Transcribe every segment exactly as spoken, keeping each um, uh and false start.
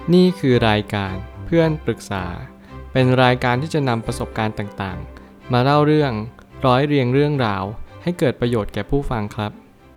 นี่คือรายการเพื่อนปรึกษาเป็นรายการที่จะนำประสบการณ์ต่างๆมาเล่าเรื่องร้อยเรียงเรื่องราวให้เกิดประโยชน์แก่ผู้ฟังครับ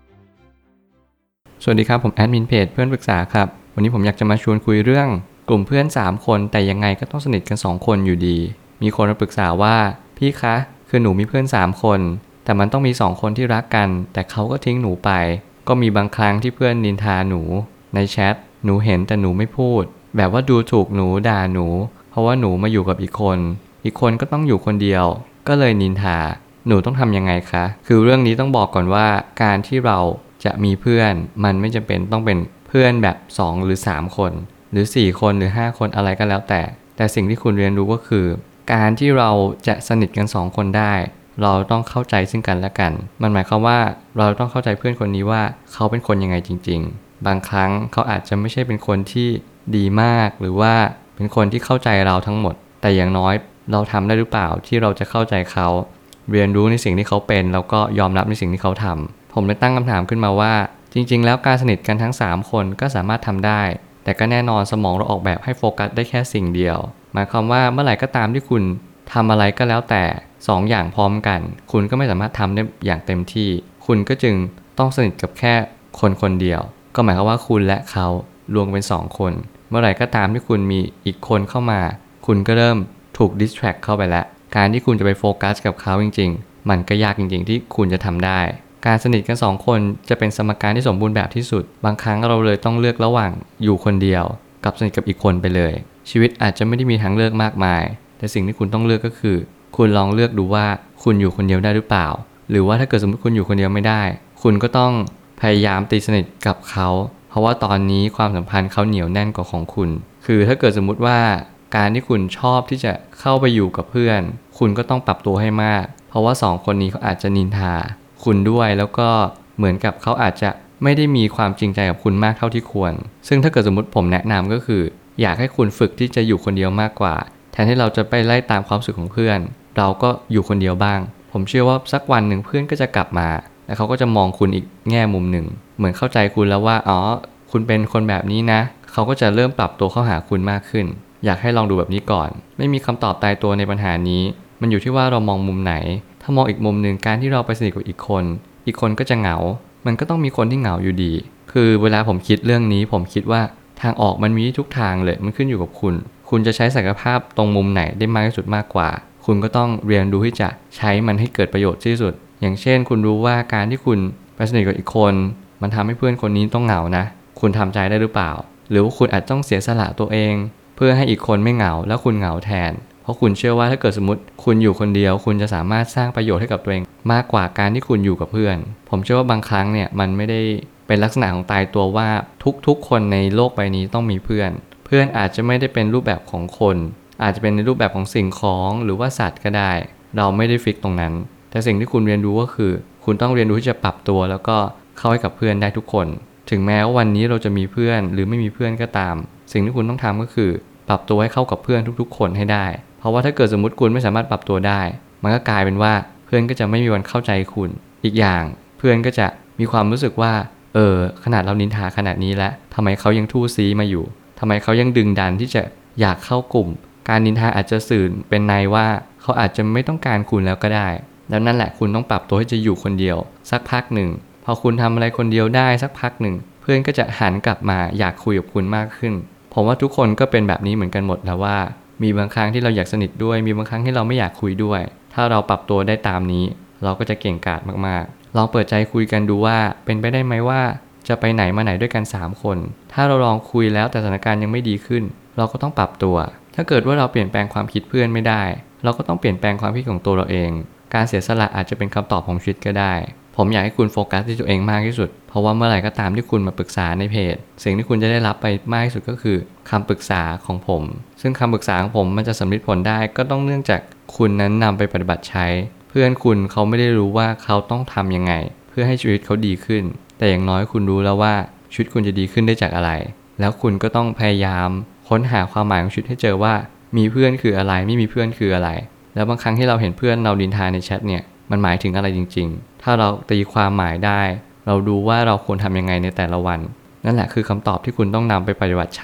สวัสดีครับผมแอดมินเพจเพื่อนปรึกษาครับวันนี้ผมอยากจะมาชวนคุยเรื่องกลุ่มเพื่อนสามคนแต่ยังไงก็ต้องสนิทกันสองคนอยู่ดีมีคนมาปรึกษาว่าพี่คะคือหนูมีเพื่อนสามคนแต่มันต้องมีสองคนที่รักกันแต่เขาก็ทิ้งหนูไปก็มีบางครั้งที่เพื่อนนินทาหนูในแชทหนูเห็นแต่หนูไม่พูดแบบว่าดูถูกหนูด่าหนูเพราะว่าหนูมาอยู่กับอีกคนอีกคนก็ต้องอยู่คนเดียวก็เลยนินทาหนูต้องทำยังไงคะคือเรื่องนี้ต้องบอกก่อนว่าการที่เราจะมีเพื่อนมันไม่จำเป็นต้องเป็นเพื่อนแบบสองหรือสามคนหรือสี่คนหรือห้าคนอะไรก็แล้วแต่แต่สิ่งที่คุณเรียนรู้ก็คือการที่เราจะสนิทกันสองคนได้เราต้องเข้าใจซึ่งกันและกันมันหมายความว่าเราต้องเข้าใจเพื่อนคนนี้ว่าเขาเป็นคนยังไงจริงๆบางครั้งเขาอาจจะไม่ใช่เป็นคนที่ดีมากหรือว่าเป็นคนที่เข้าใจเราทั้งหมดแต่อย่างน้อยเราทำได้หรือเปล่าที่เราจะเข้าใจเขาเรียนรู้ในสิ่งที่เขาเป็นแล้วก็ยอมรับในสิ่งที่เขาทำผมเลยตั้งคำถามขึ้นมาว่าจริงๆแล้วการสนิทกันทั้งสามคนก็สามารถทำได้แต่ก็แน่นอนสมองเราออกแบบให้โฟกัสได้แค่สิ่งเดียวหมายความว่าเมื่อไหร่ก็ตามที่คุณทำอะไรก็แล้วแต่สองอย่างพร้อมกันคุณก็ไม่สามารถทำได้อย่างเต็มที่คุณก็จึงต้องสนิทกับแค่คนคนเดียวก็หมายความว่าคุณและเขารวมเป็นสองคนเมื่อไหร่ก็ตามที่คุณมีอีกคนเข้ามาคุณก็เริ่มถูก distract เข้าไปแล้วการที่คุณจะไปโฟกัสกับเขาจริงๆมันก็ยากจริงๆที่คุณจะทำได้การสนิทกันสองคนจะเป็นสมการที่สมบูรณ์แบบที่สุดบางครั้งเราเลยต้องเลือกระหว่างอยู่คนเดียวกับสนิทกับอีกคนไปเลยชีวิตอาจจะไม่ได้มีทางเลือกมากมายแต่สิ่งที่คุณต้องเลือกก็คือคุณลองเลือกดูว่าคุณอยู่คนเดียวได้หรือเปล่าหรือว่าถ้าเกิดสมมติคุณอยู่คนเดียวไม่ได้คุณก็ต้องพยายามตีสนิทกับเขาเพราะว่าตอนนี้ความสัมพันธ์เขาเหนียวแน่นกว่าของคุณคือถ้าเกิดสมมุติว่าการที่คุณชอบที่จะเข้าไปอยู่กับเพื่อนคุณก็ต้องปรับตัวให้มากเพราะว่าสองคนนี้เขาอาจจะนินทาคุณด้วยแล้วก็เหมือนกับเขาอาจจะไม่ได้มีความจริงใจกับคุณมากเท่าที่ควรซึ่งถ้าเกิดสมมติผมแนะนำก็คืออยากให้คุณฝึกที่จะอยู่คนเดียวมากกว่าแทนที่เราจะไปไล่ตามความรู้สึกของเพื่อนเราก็อยู่คนเดียวบ้างผมเชื่อว่าสักวันหนึ่งเพื่อนก็จะกลับมาและเขาก็จะมองคุณอีกแง่มุมหนึ่งเหมือนเข้าใจคุณแล้วว่าอ๋อคุณเป็นคนแบบนี้นะเขาก็จะเริ่มปรับตัวเข้าหาคุณมากขึ้นอยากให้ลองดูแบบนี้ก่อนไม่มีคำตอบตายตัวในปัญหานี้มันอยู่ที่ว่าเรามองมุมไหนถ้ามองอีกมุมหนึ่งการที่เราไปสนิทกับอีกคนอีกคนก็จะเหงามันก็ต้องมีคนที่เหงาอยู่ดีคือเวลาผมคิดเรื่องนี้ผมคิดว่าทางออกมันมีทุกทางเลยมันขึ้นอยู่กับคุณคุณจะใช้ศักยภาพตรงมุมไหนได้มากที่สุดมากกว่าคุณก็ต้องเรียนรู้ที่จะใช้มันให้เกิดประโยชน์ที่สุดอย่างเช่นคุณรู้ว่าการที่คุณไปสนิทกับอีกคนมันทำให้เพื่อนคนนี้ต้องเหงานะคุณทำใจได้หรือเปล่าหรือว่าคุณอาจต้องเสียสละตัวเองเพื่อให้อีกคนไม่เหงาแล้วคุณเหงาแทนเพราะคุณเชื่อว่าถ้าเกิดสมมติคุณอยู่คนเดียวคุณจะสามารถสร้างประโยชน์ให้กับตัวเองมากกว่าการที่คุณอยู่กับเพื่อนผมเชื่อว่าบางครั้งเนี่ยมันไม่ได้เป็นลักษณะของตายตัวว่าทุกๆคนในโลกใบนี้ต้องมีเพื่อนเพื่อนอาจจะไม่ได้เป็นรูปแบบของคนอาจจะเป็นในรูปแบบของสิ่งของหรือว่าสัตว์ก็ได้เราไม่ได้ฟิกตรงนั้นแต่สิ่งที่คุณเรียนรู้ก็คือคุณต้องเรียนรู้ที่จะปรับตัวแล้วก็เข้าให้กับเพื่อนได้ทุกคนถึงแม้ว่าวันนี้เราจะมีเพื่อนหรือไม่มีเพื่อนก็ตามสิ่งที่คุณต้องทำก็คือปรับตัวให้เข้ากับเพื่อนทุกๆคนให้ได้เพราะว่าถ้าเกิดสมมติคุณไม่สามารถปรับตัวได้มันก็กลายเป็นว่าเพื่อนก็จะไม่มีวันเข้าใจคุณอีกอย่างเพื่อนก็จะมีความรู้สึกว่าเออขนาดเรานินทาขนาดนี้แล้วทำไมเขายังทู่ซีมาอยู่ทำไมเขายังดึงดันที่จะอยากเข้ากลุ่มการนินทาอาจจะสื่อเป็นในว่าเขาอาจจะไม่ต้องการคุณแล้วก็ได้แล้วนั่นแหละคุณต้องปรับตัวให้จะอยู่คนเดียวสักพักหนึ่งพอคุณทำอะไรคนเดียวได้สักพักหนึ่งเพื่อนก็จะหันกลับมาอยากคุยกับคุณมากขึ้นผมว่าทุกคนก็เป็นแบบนี้เหมือนกันหมดแล้วว่ามีบางครั้งที่เราอยากสนิทด้วยมีบางครั้งที่เราไม่อยากคุยด้วยถ้าเราปรับตัวได้ตามนี้เราก็จะเก่งกาจมากๆลองเปิดใจคุยกันดูว่าเป็นไปได้ไหมว่าจะไปไหนมาไหนด้วยกันสามคนถ้าเราลองคุยแล้วแต่สถานการณ์ยังไม่ดีขึ้นเราก็ต้องปรับตัวถ้าเกิดว่าเราเปลี่ยนแปลงความคิดเพื่อนไม่ได้เราก็ต้องเปลี่ยนแปลงความคิดของตัวเราเองการเสียสละอาจจะเป็นคำตอบของชีวิตก็ได้ผมอยากให้คุณโฟกัสที่ตัวเองมากที่สุดเพราะว่าเมื่อไหร่ก็ตามที่คุณมาปรึกษาในเพจสิ่งที่คุณจะได้รับไปมากที่สุดก็คือคำปรึกษาของผมซึ่งคำปรึกษาของผมมันจะสำเร็จผลได้ก็ต้องเนื่องจากคุณนั้นนำไปปฏิบัติใช้เพื่อนคุณเขาไม่ได้รู้ว่าเขาต้องทำยังไงเพื่อให้ชีวิตเขาดีขึ้นแต่อย่างน้อยคุณรู้แล้วว่าชีวิตคุณจะดีขึ้นได้จากอะไรแล้วคุณก็ต้องพยายามค้นหาความหมายของชีวิตให้เจอว่ามีเพื่อนคืออะไรไม่มีเพื่อนคืออะไรแล้วบางครั้งที่เราเห็นเพื่อนเราดินทาในแชทเนี่ยมันหมายถึงอะไรจริงๆถ้าเราตีความหมายได้เราดูว่าเราควรทำยังไงในแต่ละวันนั่นแหละคือคำตอบที่คุณต้องนำไปปฏิบัติใช้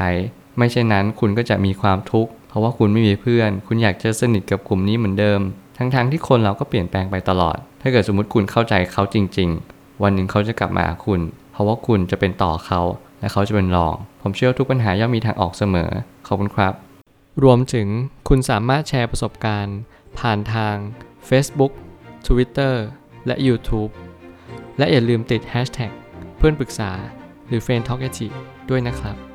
ไม่เช่นนั้นคุณก็จะมีความทุกข์เพราะว่าคุณไม่มีเพื่อนคุณอยากจะสนิทกับกลุ่มนี้เหมือนเดิมทั้งๆที่คนเราก็เปลี่ยนแปลงไปตลอดถ้าเกิดสมมติคุณเข้าใจเขาจริงๆวันหนึ่งเขาจะกลับมาหาคุณเพราะว่าคุณจะเป็นต่อเขาและเขาจะเป็นรองผมเชื่อทุกปัญหาย่อมมีทางออกเสมอขอบคุณครับรวมถึงคุณสามารถแชร์ประสบการณ์ผ่านทาง Facebook Twitter และ YouTube และอย่าลืมติด แฮชแท็ก เพื่อนปรึกษาหรือ เฟรนด์ ทอล์ก ด้วยนะครับ